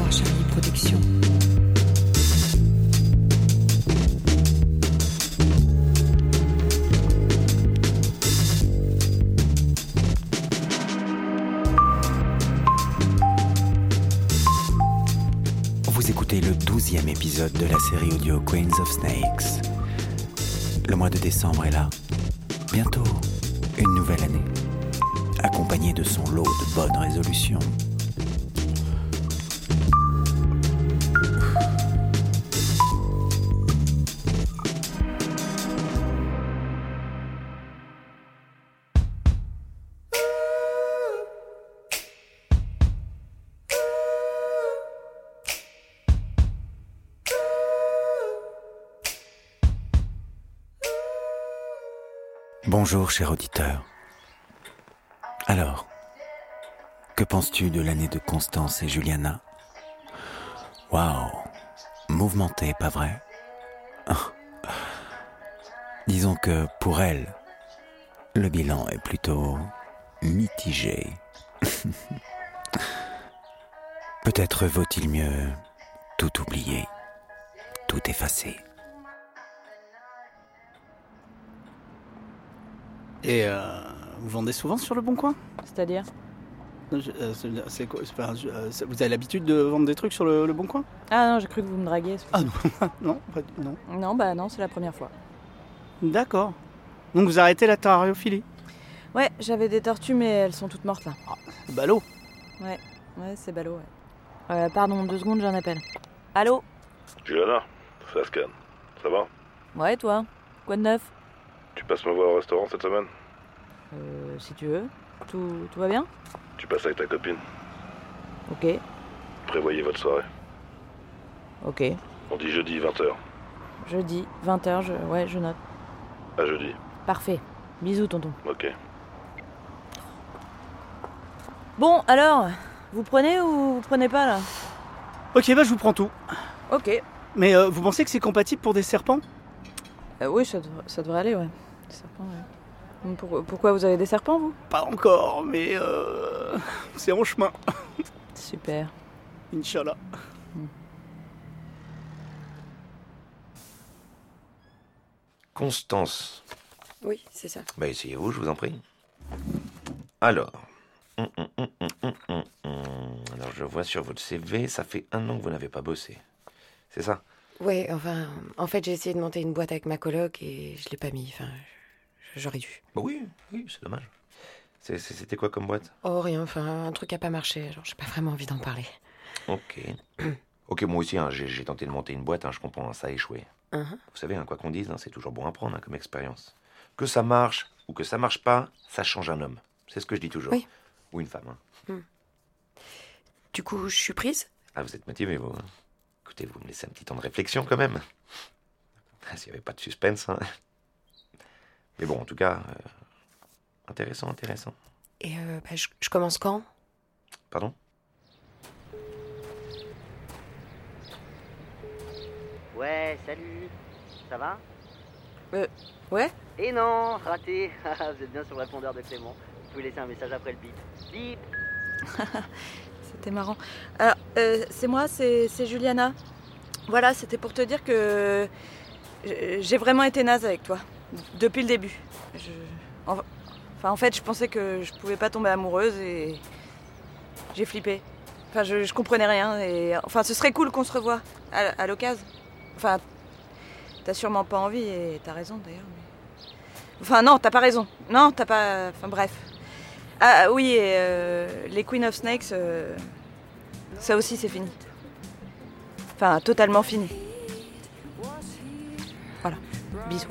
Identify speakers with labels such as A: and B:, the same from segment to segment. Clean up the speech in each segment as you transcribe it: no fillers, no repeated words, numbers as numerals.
A: Charlie Protection.
B: Vous écoutez le 12e épisode de la série audio Queens of Snakes. Le mois de décembre est là. Bientôt, une nouvelle année, accompagnée de son lot de bonnes résolutions. Bonjour, cher auditeur. Alors, que penses-tu de l'année de Constance et Juliana ? Waouh, mouvementée, pas vrai ? Disons que pour elle, le bilan est plutôt mitigé. Peut-être vaut-il mieux tout oublier, tout effacer.
C: Et vous vendez souvent sur Le Bon Coin ?
D: C'est-à-dire ?
C: C'est quoi, vous avez l'habitude de vendre des trucs sur le Bon Coin ?
D: Ah non, j'ai cru que vous me draguiez.
C: Ah non, non.
D: Non, bah non, c'est la première fois.
C: D'accord. Donc vous arrêtez la terrariophilie ?
D: Ouais, j'avais des tortues, mais elles sont toutes mortes là.
C: Ah, ballot.
D: Ouais, c'est ballot, ouais. Pardon, 2 secondes, j'ai un appel. Allô ?
E: Juliana, ça scanne. Ça va ?
D: Ouais, toi ? Quoi de neuf ?
E: Tu passes me voir au restaurant cette semaine ?
D: Si tu veux. Tout va bien ?
E: Tu passes avec ta copine.
D: Ok,
E: Prévoyez votre soirée.
D: ok.
E: On dit jeudi 20h.
D: Jeudi, 20h, je note.
E: À jeudi.
D: Parfait. Bisous, tonton.
E: Ok.
D: Bon, alors, vous prenez ou vous prenez pas, là ?
C: Ok, bah je vous prends tout.
D: Ok.
C: Mais vous pensez que c'est compatible pour des serpents ?
D: Oui, ça devrait aller, ouais. Des serpents, ouais. Pourquoi vous avez des serpents, vous ?
C: Pas encore, mais c'est en chemin.
D: Super.
C: Inch'Allah.
F: Constance.
A: Oui, c'est ça.
F: Bah essayez-vous, je vous en prie. Alors. Alors je vois sur votre CV, ça fait 1 an que vous n'avez pas bossé. C'est ça ?
A: Ouais, enfin, en fait, j'ai essayé de monter une boîte avec ma coloc et je l'ai pas mis. Enfin, j'aurais dû.
F: Bah oui, c'est dommage. C'était quoi comme boîte ?
A: Oh, rien, enfin, un truc a pas marché. Alors, j'ai pas vraiment envie d'en parler.
F: Ok. Ok, moi aussi, j'ai tenté de monter une boîte, je comprends, ça a échoué.
A: Uh-huh.
F: Vous savez, quoi qu'on dise, c'est toujours bon à prendre comme expérience. Que ça marche ou que ça marche pas, ça change un homme. C'est ce que je dis toujours.
A: Oui.
F: Ou une femme.
A: Du coup, je suis prise ?
F: Ah, vous êtes motivé, vous. Écoutez, vous me laissez un petit temps de réflexion, quand même. S'il n'y avait pas de suspense. Mais bon, en tout cas, intéressant.
A: Et je commence quand ?
F: Pardon ?
G: Ouais, salut. Ça va ?
A: Ouais ?
G: Eh non, raté. Vous êtes bien sur le répondeur de Clément. Vous pouvez laisser un message après le bip. Bip.
D: C'était marrant. Alors, c'est moi, c'est Juliana. Voilà, c'était pour te dire que j'ai vraiment été naze avec toi. Depuis le début. En fait, je pensais que je pouvais pas tomber amoureuse et j'ai flippé. Enfin, je comprenais rien. Et enfin, ce serait cool qu'on se revoie à l'occasion. Enfin, t'as sûrement pas envie et t'as raison d'ailleurs. Mais... Enfin, non, t'as pas raison. Non, t'as pas... Enfin, bref. Ah oui, et les Queen of Snakes, ça aussi c'est fini. Enfin, totalement fini. Voilà, bisous.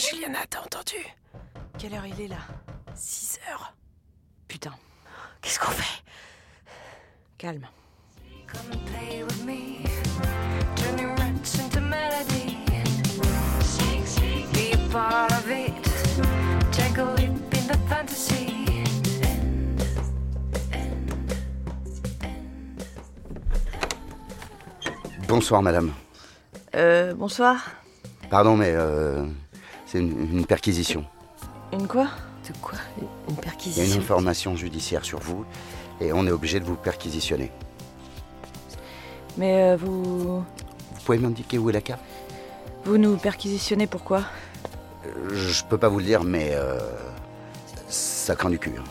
A: Juliana, t'as entendu?
D: Quelle heure il est là?
A: 6 heures.
D: Putain,
A: Qu'est-ce qu'on fait?
D: calme.
H: Come play with me, turning rats into melody. Be a part of it, take a leap in the fantasy.
C: Bonsoir, madame.
D: Bonsoir.
C: Pardon, mais c'est une perquisition.
D: Une quoi?
A: De quoi? Une
C: Il y a
A: perquisition?
C: une information judiciaire sur vous et on est obligé de vous perquisitionner.
D: Mais vous
C: Vous pouvez m'indiquer où est la cave?
D: nous perquisitionnez pourquoi?
C: Je peux pas vous le dire, mais ça craint du cul. Hein.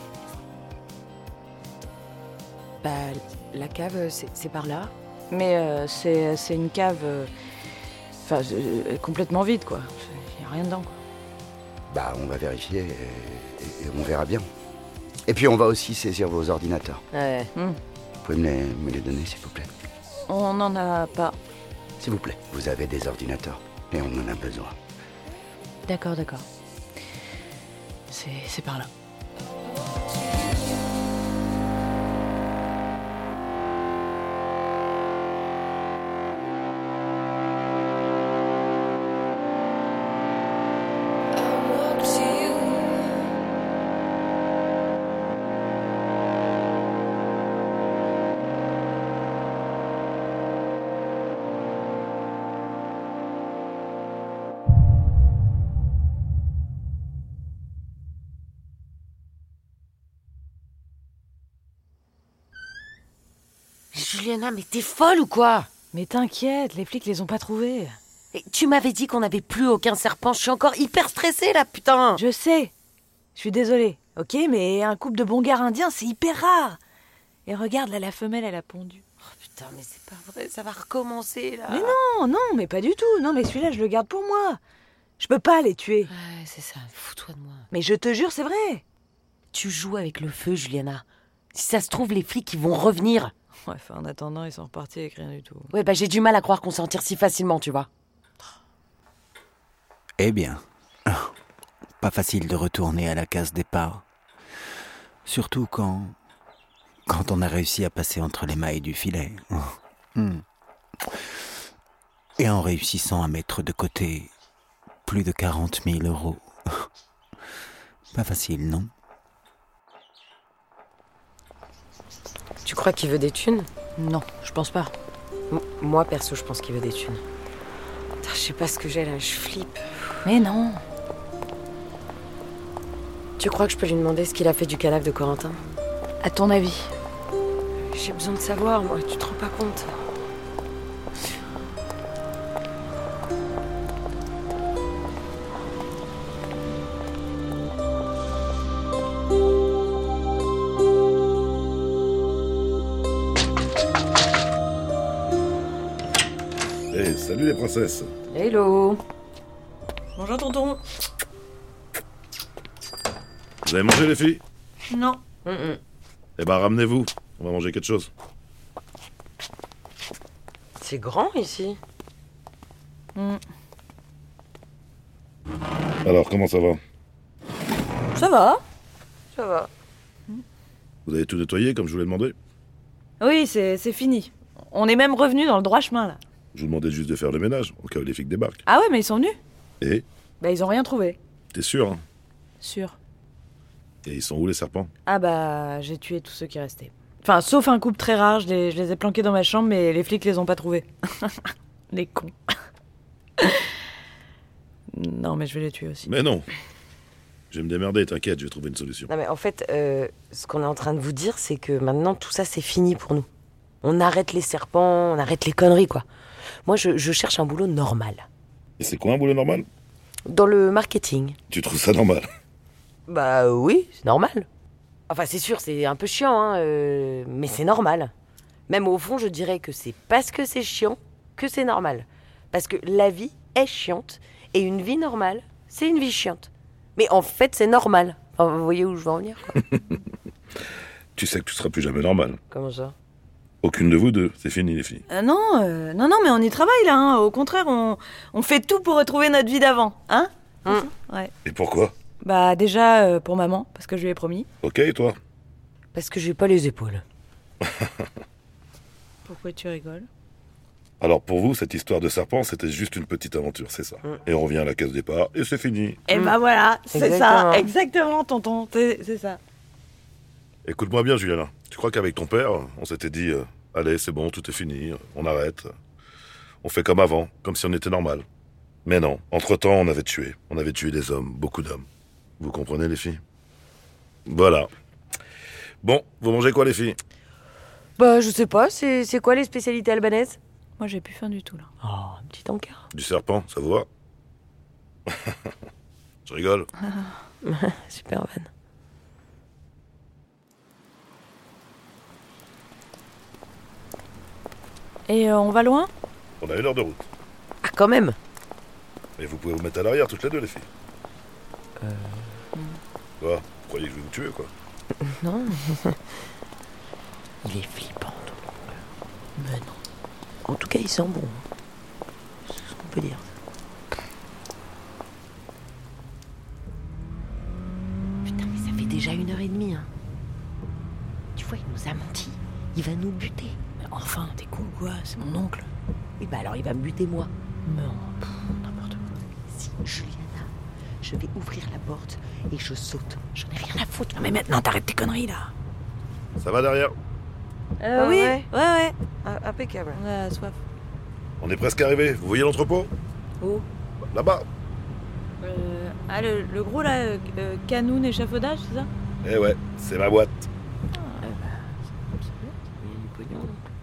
A: Bah, la cave, c'est par là.
D: Mais c'est une cave... complètement vide, quoi. Il n'y a rien dedans, quoi.
C: Bah, on va vérifier et on verra bien. Et puis on va aussi saisir vos ordinateurs.
A: Ouais.
C: Vous pouvez me les donner, s'il vous plaît?
D: On n'en a pas.
C: S'il vous plaît, vous avez des ordinateurs et on en a besoin.
D: D'accord. C'est par là.
A: Juliana, mais t'es folle ou quoi?
D: Mais t'inquiète, les flics les ont pas trouvés.
A: Et tu m'avais dit qu'on n'avait plus aucun serpent. Je suis encore hyper stressée là, putain.
D: Je sais. Je suis désolée, ok? Mais un couple de bongars indiens, c'est hyper rare. Et regarde, là, la femelle, elle a pondu.
A: Oh putain, mais c'est pas vrai, ça va recommencer là.
D: Mais non, mais pas du tout. Non, mais celui-là, je le garde pour moi. Je peux pas les tuer.
A: Ouais, c'est ça, fous-toi de moi.
D: Mais je te jure, c'est vrai.
A: Tu joues avec le feu, Juliana. Si ça se trouve, les flics, ils vont revenir.
D: Ouais, en attendant, ils sont repartis avec rien du tout.
A: Ouais, bah j'ai du mal à croire qu'on s'en tire si facilement, tu vois.
B: Eh bien, pas facile de retourner à la case départ. Surtout quand on a réussi à passer entre les mailles du filet. Et en réussissant à mettre de côté plus de 40 000 euros. Pas facile, non?
A: Tu crois qu'il veut des thunes?
D: Non, je pense pas.
A: Moi, perso, je pense qu'il veut des thunes. Putain, je sais pas ce que j'ai là, je flippe.
D: Mais non.
A: Tu crois que je peux lui demander ce qu'il a fait du cadavre de Corentin?
D: À ton avis?
A: J'ai besoin de savoir, moi, tu te rends pas compte.
E: Hey, salut les princesses.
A: Hello.
D: Bonjour, tonton.
E: Vous avez mangé les filles?
D: Non.
E: Eh ben ramenez-vous, on va manger quelque chose.
A: C'est grand ici.
E: Alors comment ça va?
D: Ça va.
A: Ça va.
E: Vous avez tout nettoyé comme je vous l'ai demandé?
D: Oui, c'est fini. On est même revenu dans le droit chemin, là.
E: Je vous demandais juste de faire le ménage, au cas où les flics débarquent.
D: Ah ouais, mais ils sont venus.
E: Et?
D: Bah, ils ont rien trouvé.
E: T'es sûr, hein?
D: Sûr.
E: Et ils sont où les serpents?
D: Ah bah, j'ai tué tous ceux qui restaient. Enfin, sauf un couple très rare, je les ai planqués dans ma chambre, mais les flics les ont pas trouvés. Les cons. Non, mais je vais les tuer aussi.
E: Mais non. Je vais me démerder, t'inquiète, je vais trouver une solution.
A: Non mais en fait, ce qu'on est en train de vous dire, c'est que maintenant tout ça c'est fini pour nous. On arrête les serpents, on arrête les conneries quoi. Moi je cherche un boulot normal.
E: Et c'est quoi un boulot normal?
A: Dans le marketing.
E: Tu trouves ça normal?
A: Bah oui, c'est normal. Enfin c'est sûr, c'est un peu chiant, hein, mais c'est normal. Même au fond, je dirais que c'est parce que c'est chiant que c'est normal. Parce que la vie est chiante et une vie normale, c'est une vie chiante. Mais en fait, c'est normal. Enfin, vous voyez où je veux en venir, quoi.
E: Tu sais que tu seras plus jamais normal.
A: Comment ça?
E: Aucune de vous deux, c'est fini les filles.
D: Non, mais on y travaille là, hein. Au contraire, on fait tout pour retrouver notre vie d'avant, hein? aussi. Ouais.
E: Et pourquoi?
D: Bah déjà pour maman, parce que je lui ai promis.
E: Ok, et toi?
A: Parce que j'ai pas les épaules.
D: Pourquoi tu rigoles?
E: Alors pour vous, cette histoire de serpent, c'était juste une petite aventure, c'est ça. Et on revient à la case départ, et c'est fini.
D: Et bah voilà, c'est
A: Exactement.
D: ça, exactement tonton, c'est ça.
E: Écoute-moi bien, Juliana. Tu crois qu'avec ton père, on s'était dit, allez, c'est bon, tout est fini, on arrête. On fait comme avant, comme si on était normal. Mais non, entre-temps, on avait tué. On avait tué des hommes, beaucoup d'hommes. Vous comprenez, les filles? Voilà. Bon, vous mangez quoi, les filles?
A: Bah, je sais pas, c'est quoi les spécialités albanaises?
D: Moi j'ai plus faim du tout là.
A: Oh, un petit encart.
E: Du serpent, ça vous va? Je rigole.
A: Super van.
D: Et on va loin?
E: On a 1 heure de route.
A: Ah, quand même.
E: Et vous pouvez vous mettre à l'arrière, toutes les deux, les filles. Quoi? Vous croyez que je vais vous tuer, quoi?
A: Non. Il est flippant, ton oncle. Mais non. En tout cas, il sent bon. C'est ce qu'on peut dire. Putain, mais ça fait déjà 1h30. Hein. Tu vois, il nous a menti. Il va nous buter.
D: Mais enfin, t'es con ou quoi? C'est mon oncle.
A: Oui, bah alors il va me buter moi.
D: Non, n'importe quoi.
A: Si, Juliana, je vais ouvrir la porte et je saute. J'en ai rien à foutre.
D: Non mais maintenant t'arrêtes tes conneries là.
E: Ça va derrière?
A: Ah
D: oui,
A: ouais.
D: ouais.
A: Impeccable.
D: On a soif.
E: On est presque arrivé. Vous voyez l'entrepôt?
D: Où?
E: Là-bas.
D: Ah le gros là, canoun échafaudage, c'est ça?
E: Eh ouais, c'est ma boîte.
A: Il y a du pognon.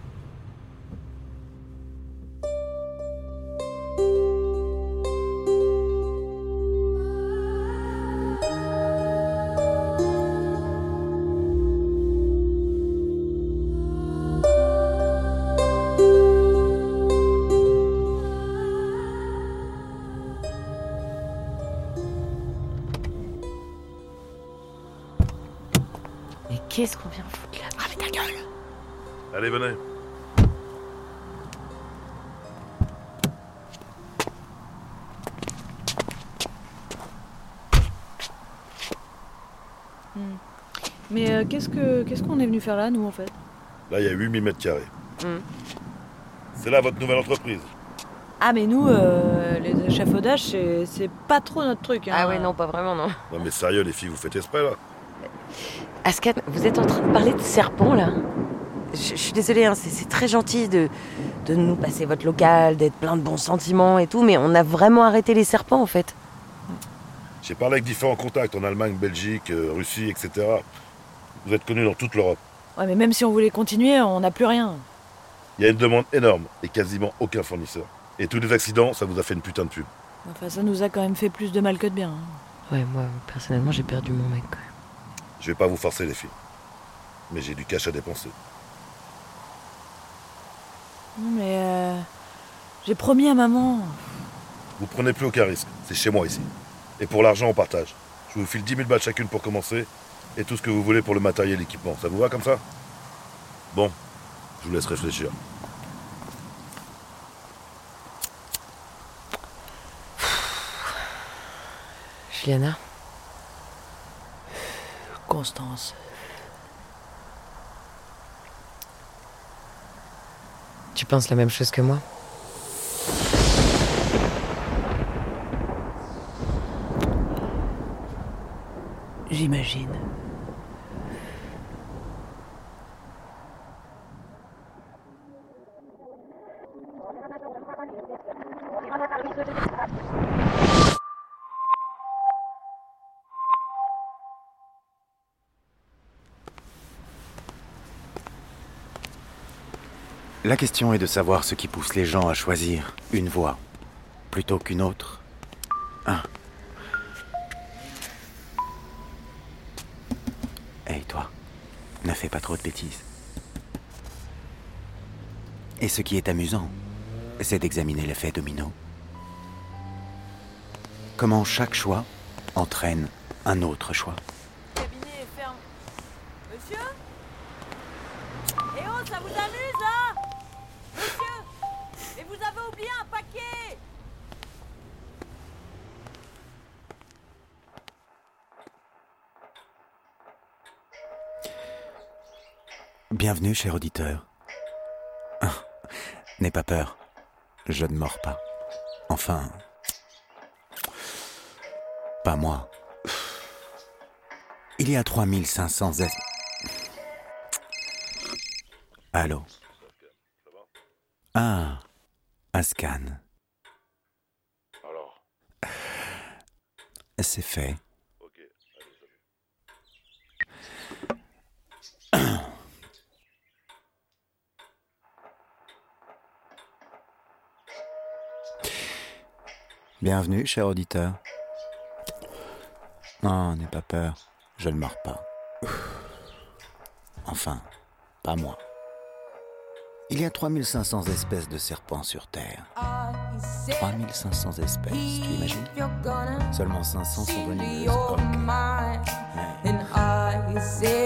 A: Mais qu'est-ce qu'on vient foutre là? Ah, mais ta gueule!
E: Allez, venez.
D: Mais qu'est-ce qu'on est venu faire là, nous, en fait?
E: Là, il y a 8000 mètres carrés.
A: Hmm.
E: C'est là votre nouvelle entreprise.
D: Ah, mais nous, les échafaudages, c'est pas trop notre truc. Hein.
A: Ah ouais, non, pas vraiment, non.
E: Non mais sérieux, les filles, vous faites exprès, là?
A: Ascan, vous êtes en train de parler de serpent, là? Je suis désolée, hein, c'est très gentil de nous passer votre local, d'être plein de bons sentiments et tout, mais on a vraiment arrêté les serpents, en fait.
E: J'ai parlé avec différents contacts en Allemagne, Belgique, Russie, etc. Vous êtes connus dans toute l'Europe.
D: Ouais, mais même si on voulait continuer, on n'a plus rien.
E: Il y a une demande énorme et quasiment aucun fournisseur. Et tous les accidents, ça vous a fait une putain de pub.
D: Enfin, ça nous a quand même fait plus de mal que de bien. Hein.
A: Ouais, moi, personnellement, j'ai perdu mon mec, quand même.
E: Je vais pas vous forcer, les filles. Mais j'ai du cash à dépenser.
D: Non, mais j'ai promis à maman.
E: Vous prenez plus aucun risque. C'est chez moi, ici. Et pour l'argent, on partage. Je vous file 10 000 balles chacune pour commencer. Et tout ce que vous voulez pour le matériel et l'équipement. Ça vous va comme ça? Bon, je vous laisse réfléchir.
A: Juliana?
D: Constance.
A: Tu penses la même chose que moi?
D: J'imagine.
B: La question est de savoir ce qui pousse les gens à choisir une voie plutôt qu'une autre. Hey toi, ne fais pas trop de bêtises. Et ce qui est amusant, c'est d'examiner l'effet domino. Comment chaque choix entraîne un autre choix.
D: Le cabinet est ferme. Monsieur? Eh oh, ça vous amuse là? Monsieur? Et vous avez oublié un paquet?
B: Bienvenue, cher auditeur. N'aie pas peur, je ne mords pas. Enfin, pas moi. Il y a 3500 Allô? Ah, un scan.
E: Alors,
B: C'est fait.
E: ok, allez, salut.
B: Bienvenue, cher auditeur. Non, n'aie pas peur, je ne mords pas. Enfin, pas moi. Il y a 3500 espèces de serpents sur Terre. 3500 espèces, tu imagines? Seulement 500 sont venimeuses. Ok. Mais